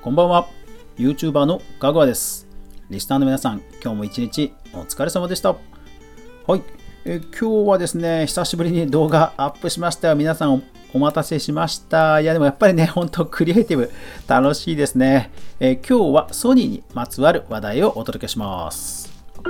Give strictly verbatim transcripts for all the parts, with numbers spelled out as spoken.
こんばんは。YouTuber のかぐわです。リスナーの皆さん、今日も一日お疲れ様でした。はい、え今日はですね、久しぶりに動画アップしましたよ。皆さん お, お待たせしました。いやでもやっぱりね、本当クリエイティブ楽しいですね。え今日はソニーにまつわる話題をお届けします。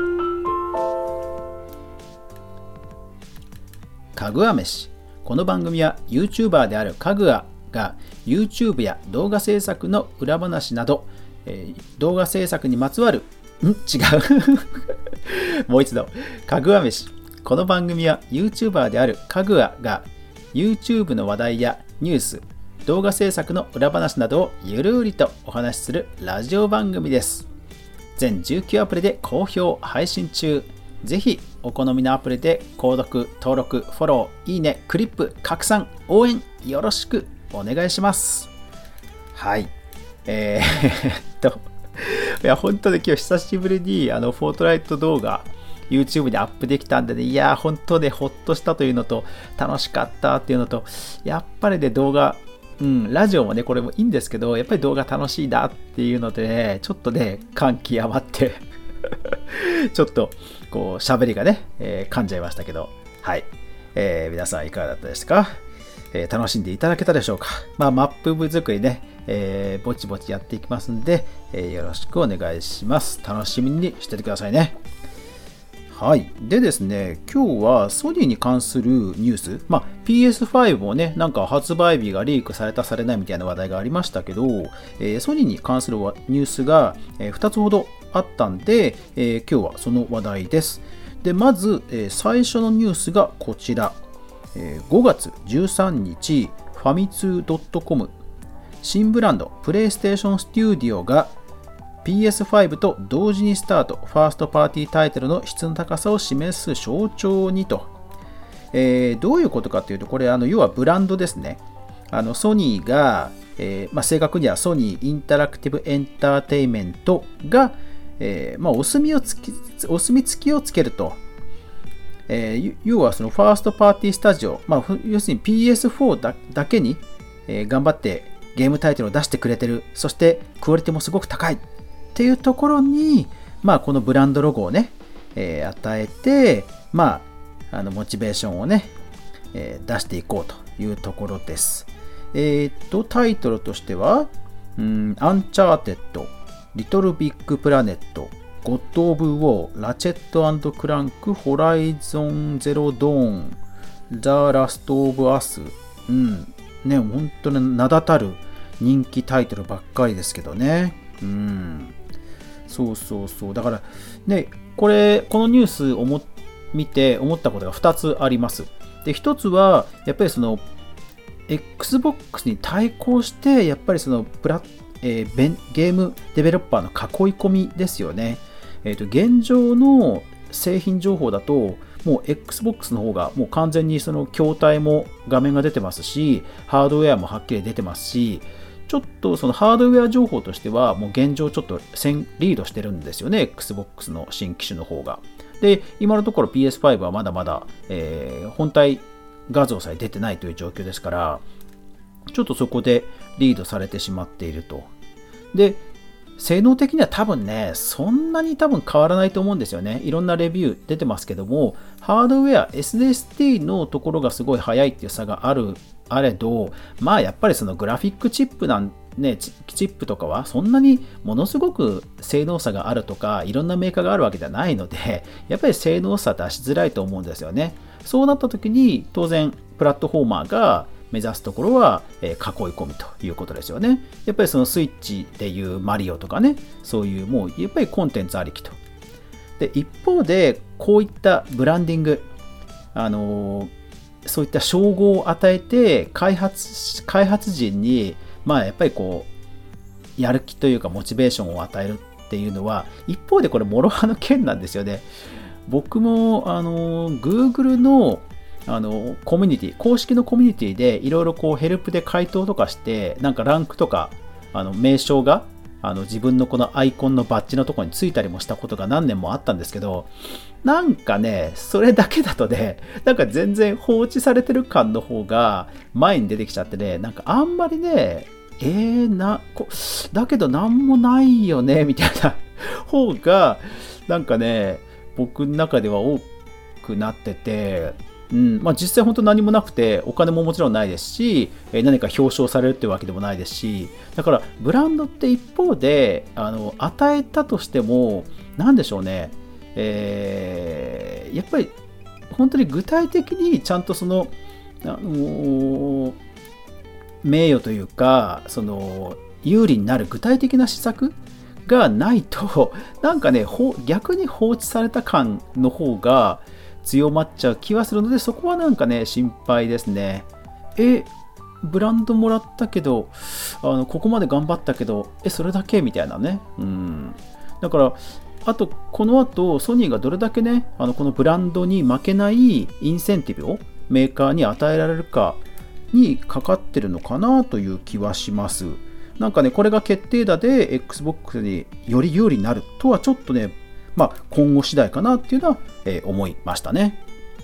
かぐわ飯。この番組は YouTuber であるかぐわが YouTube や動画制作の裏話など、えー、動画制作にまつわるん違うもう一度かぐわ飯。この番組は YouTuber であるかぐわが YouTube の話題やニュース、動画制作の裏話などをゆるりとお話しするラジオ番組です。全じゅうきゅうアプリで好評配信中。ぜひお好みのアプリで購読、登録、フォロー、いいね、クリップ、拡散、応援よろしくお願いします。はい。えー、っと、いや、本当に今日久しぶりにあのフォートナイト動画 YouTube にアップできたんでね、いや、本当ね、ほっとしたというのと、楽しかったっていうのと、やっぱりね、動画、うん、ラジオもね、これもいいんですけど、やっぱり動画楽しいなっていうので、ね、ちょっとね、感極まって、ちょっと、こう、喋りがね、えー、噛んじゃいましたけど、はい。えー、皆さんいかがだったですか？えー、楽しんでいただけたでしょうか？まあ、マップ部作りね、えー、ぼちぼちやっていきますんで、えー、よろしくお願いします。楽しみにしててくださいね。はい。でですね、今日はソニーに関するニュース、まあ、ピーエスファイブ もね、なんか発売日がリークされたされないみたいな話題がありましたけど、えー、ソニーに関するニュースがふたつほどあったんで、えー、今日はその話題です。で、まず、えー、最初のニュースがこちら。えー、ごがつじゅうさんにち、ファミツー .com、新ブランド、プレイステーションステューディオが ピーエスファイブ と同時にスタート、ファーストパーティータイトルの質の高さを示す象徴にと。えー、どういうことかというと、これ、あの要はブランドですね。あのソニーが、えーまあ、正確にはソニーインタラクティブエンターテイメントが、えーまあ、お墨をつき、お墨付きをつけると。えー、要はそのファーストパーティースタジオ、まあ、要するに ピーエスフォー だ, だけに、えー、頑張ってゲームタイトルを出してくれてる。そしてクオリティもすごく高いっていうところに、まあ、このブランドロゴをね、えー、与えて、まあ、あのモチベーションをね、えー、出していこうというところです。えー、っとタイトルとしては、うん、アンチャーテッド、リトルビッグプラネット、ゴッド・オブ・ウォー、ラチェット&クランク、ホライゾン・ゼロ・ドーン、ザ・ラスト・オブ・アス。うん。ね、本当に名だたる人気タイトルばっかりですけどね。うん。そうそうそう。だから、ね、これ、このニュースをも見て思ったことがふたつあります。で、ひとつは、やっぱりその、Xbox に対抗して、やっぱりそのプラ、えー、ゲームデベロッパーの囲い込みですよね。えーと、現状の製品情報だと、もう Xbox の方がもう完全にその筐体も画面が出てますし、ハードウェアもはっきり出てますし、ちょっとそのハードウェア情報としてはもう現状ちょっと先リードしてるんですよね、Xbox の新機種の方が。で、今のところ ピーエスファイブ はまだまだ、えー、本体画像さえ出てないという状況ですから、ちょっとそこでリードされてしまっていると。で、性能的には多分ね、そんなに多分変わらないと思うんですよね。いろんなレビュー出てますけども、ハードウェア、エスエスディー のところがすごい速いっていう差がある、あれど、まあやっぱりそのグラフィックチップなんね、チップとかはそんなにものすごく性能差があるとか、いろんなメーカーがあるわけじゃないので、やっぱり性能差出しづらいと思うんですよね。そうなった時に、当然、プラットフォーマーが目指すところは、えー、囲い込みということですよね。やっぱりそのスイッチでいうマリオとかね、そういうもうやっぱりコンテンツありきと。で、一方でこういったブランディング、あのー、そういった称号を与えて開発、開発陣に、まあやっぱりこう、やる気というかモチベーションを与えるっていうのは、一方でこれ諸刃の剣なんですよね。僕も、あのー、Google のあのコミュニティ、公式のコミュニティでいろいろこうヘルプで回答とかして、なんかランクとかあの名称があの自分のこのアイコンのバッジのところについたりもしたことが何年もあったんですけど、なんかね、それだけだとね、なんか全然放置されてる感の方が前に出てきちゃってね、なんかあんまりね、 えー、なこだけどなんもないよねみたいな方がなんかね僕の中では多くなってて、うんまあ、実際本当何もなくてお金ももちろんないですし、えー何か表彰されるってわけでもないですし、だからブランドって一方であの与えたとしてもなんでしょうね、えーやっぱり本当に具体的にちゃんとその、あのー名誉というかその有利になる具体的な施策がないとなんかねほ逆に放置された感の方が強まっちゃう気はするので、そこはなんかね心配ですね。えブランドもらったけどあのここまで頑張ったけどえそれだけみたいなね。うんだからあとこの後ソニーがどれだけねあのこのブランドに負けないインセンティブをメーカーに与えられるかにかかってるのかなという気はします。なんかねこれが決定打で Xbox により有利になるとはちょっとねまあ今後次第かなっていうのは、えー思いましたね。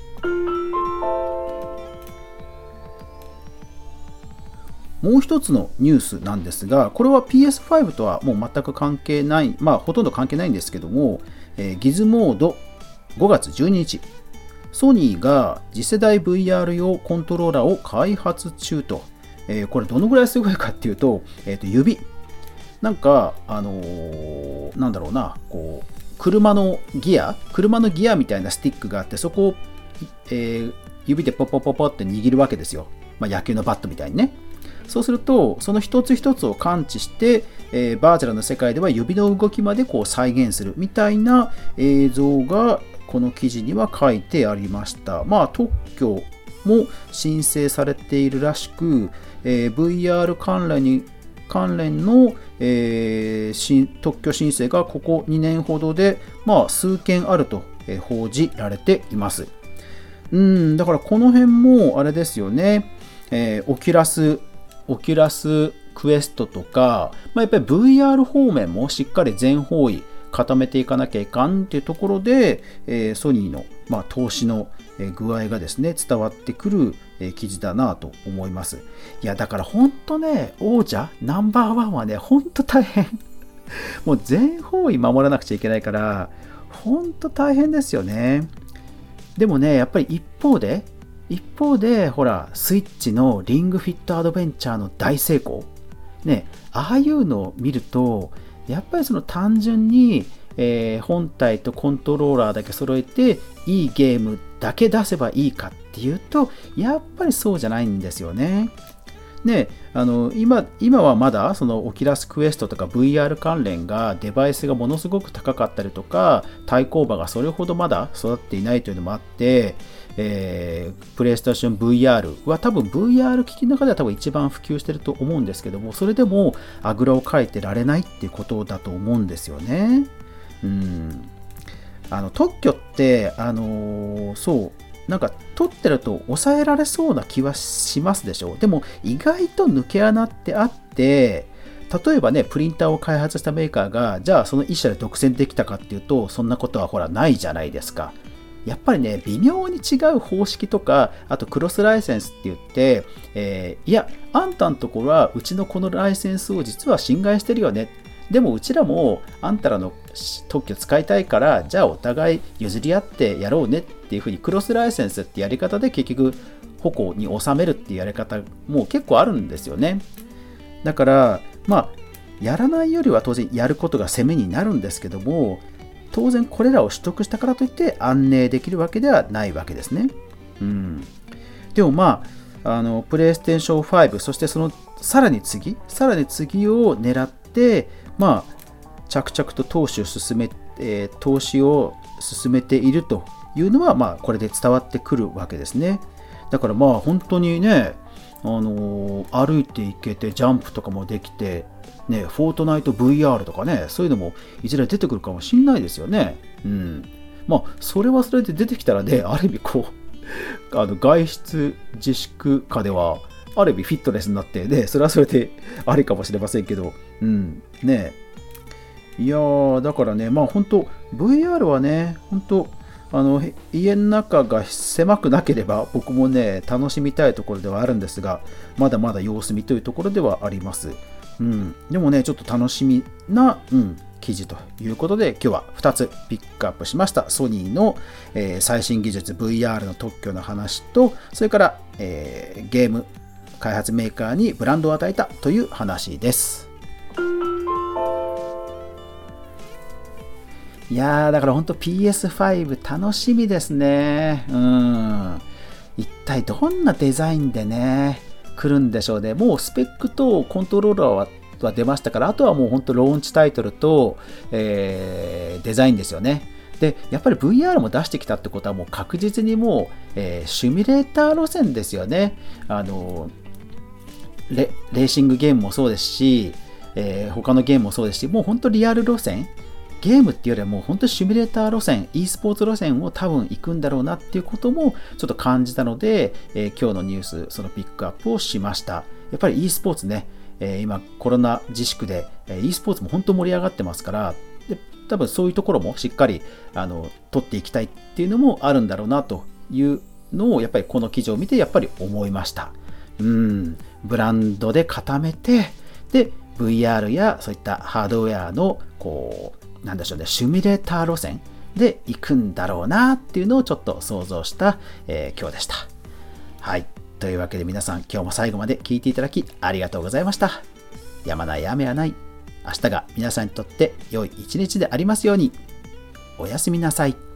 もう一つのニュースなんですが、これは ピーエスファイブ とはもう全く関係ない、まあほとんど関係ないんですけども、えー、ギズモードごがつじゅうににち、ソニーが次世代 ブイアール 用コントローラーを開発中と、えーこれどのぐらいすごいかっていうと、えーと指、なんか、あのーなんだろうな、こう、車のギア、車のギアみたいなスティックがあって、そこを、えー指でポポポポって握るわけですよ。まあ、野球のバットみたいにね。そうすると、その一つ一つを感知して、えーバーチャルの世界では指の動きまでこう再現するみたいな映像が、この記事には書いてありました。まあ、特許も申請されているらしく、えー ブイアール 関連に関連の、えー新特許申請がここにねんほどで、まあ、数件あると、えー報じられています。うんだからこの辺もあれですよね、えーオキュラスオキュラスクエストとか、まあ、やっぱり ブイアール 方面もしっかり全方位固めていかなきゃいかんっていうところで、えーソニーの、まあ、投資のえー具合がですね伝わってくるえー記事だなと思います。いやだから本当ね王者ナンバーワンはね本当大変もう全方位守らなくちゃいけないから本当大変ですよね。でもねやっぱり一方で一方でほらスイッチのリングフィットアドベンチャーの大成功ね、ああいうのを見るとやっぱりその単純に、えー本体とコントローラーだけ揃えていいゲームだけ出せばいいかっていうとやっぱりそうじゃないんですよね。であの 今, 今はまだそのオキュラスクエストとか ブイアール 関連がデバイスがものすごく高かったりとか対抗馬がそれほどまだ育っていないというのもあって、えー、プレイステーション ブイアール は多分 ブイアール 機器の中では多分一番普及してると思うんですけども、それでもあぐらをかいてられないっていうことだと思うんですよね。うんあの特許ってあのーそうなんか取ってると抑えられそうな気はしますでしょう。でも意外と抜け穴ってあって、例えばねプリンターを開発したメーカーがじゃあその一社で独占できたかっていうとそんなことはほらないじゃないですか。やっぱりね微妙に違う方式とかあとクロスライセンスって言って、えーいやあんたのところはうちのこのライセンスを実は侵害してるよね、でもうちらもあんたらの特許使いたいからじゃあお互い譲り合ってやろうねっていうふうにクロスライセンスってやり方で結局矛に収めるっていうやり方も結構あるんですよね。だからまあやらないよりは当然やることが攻めになるんですけども、当然これらを取得したからといって安寧できるわけではないわけですね。うん、でもまああのプレイステーションファイブそしてそのさらに次さらに次を狙ってまあ着々と投資を進め、えー、投資を進めているというのはまあこれで伝わってくるわけですね。だからまあ本当にね、あのー歩いていけてジャンプとかもできてね、フォートナイト ブイアール とかね、そういうのもいずれ出てくるかもしれないですよね。うん。まあそれはそれで出てきたらね、ある意味こうあの外出自粛下ではある意味フィットネスになってね、それはそれでありかもしれませんけど、うんね。いやーだからね、まあ本当 ブイアール はね、本当あの家の中が狭くなければ僕もね楽しみたいところではあるんですが、まだまだ様子見というところではあります。うん、でもねちょっと楽しみな、うん、記事ということで今日はふたつピックアップしました。ソニーの、えー、最新技術 ブイアール の特許の話と、それから、えー、ゲーム開発メーカーにブランドを与えたという話です。いやーだから本当 ピーエスファイブ 楽しみですね。うん。一体どんなデザインでね来るんでしょうね。もうスペックとコントローラーはは出ましたから、あとはもう本当ローンチタイトルと、えー、デザインですよね。でやっぱり ブイアール も出してきたってことはもう確実にもう、えー、シミュレーター路線ですよね。あの レ, レーシングゲームもそうですし、えー、他のゲームもそうですし、もう本当リアル路線、ゲームっていうよりはもう本当にシミュレーター路線、e スポーツ路線を多分行くんだろうなっていうこともちょっと感じたので、えー、今日のニュースそのピックアップをしました。やっぱり e スポーツね、えー、今コロナ自粛で、えー、e スポーツも本当盛り上がってますから、で多分そういうところもしっかりあの取っていきたいっていうのもあるんだろうなというのをやっぱりこの記事を見てやっぱり思いました。うん、ブランドで固めて、で ブイアール やそういったハードウェアのこうなんでしょうね、シミュレーター路線で行くんだろうなっていうのをちょっと想像した、えー、今日でした。はい。というわけで皆さん今日も最後まで聞いていただきありがとうございました。やまない雨はない。明日が皆さんにとって良い一日でありますように。おやすみなさい。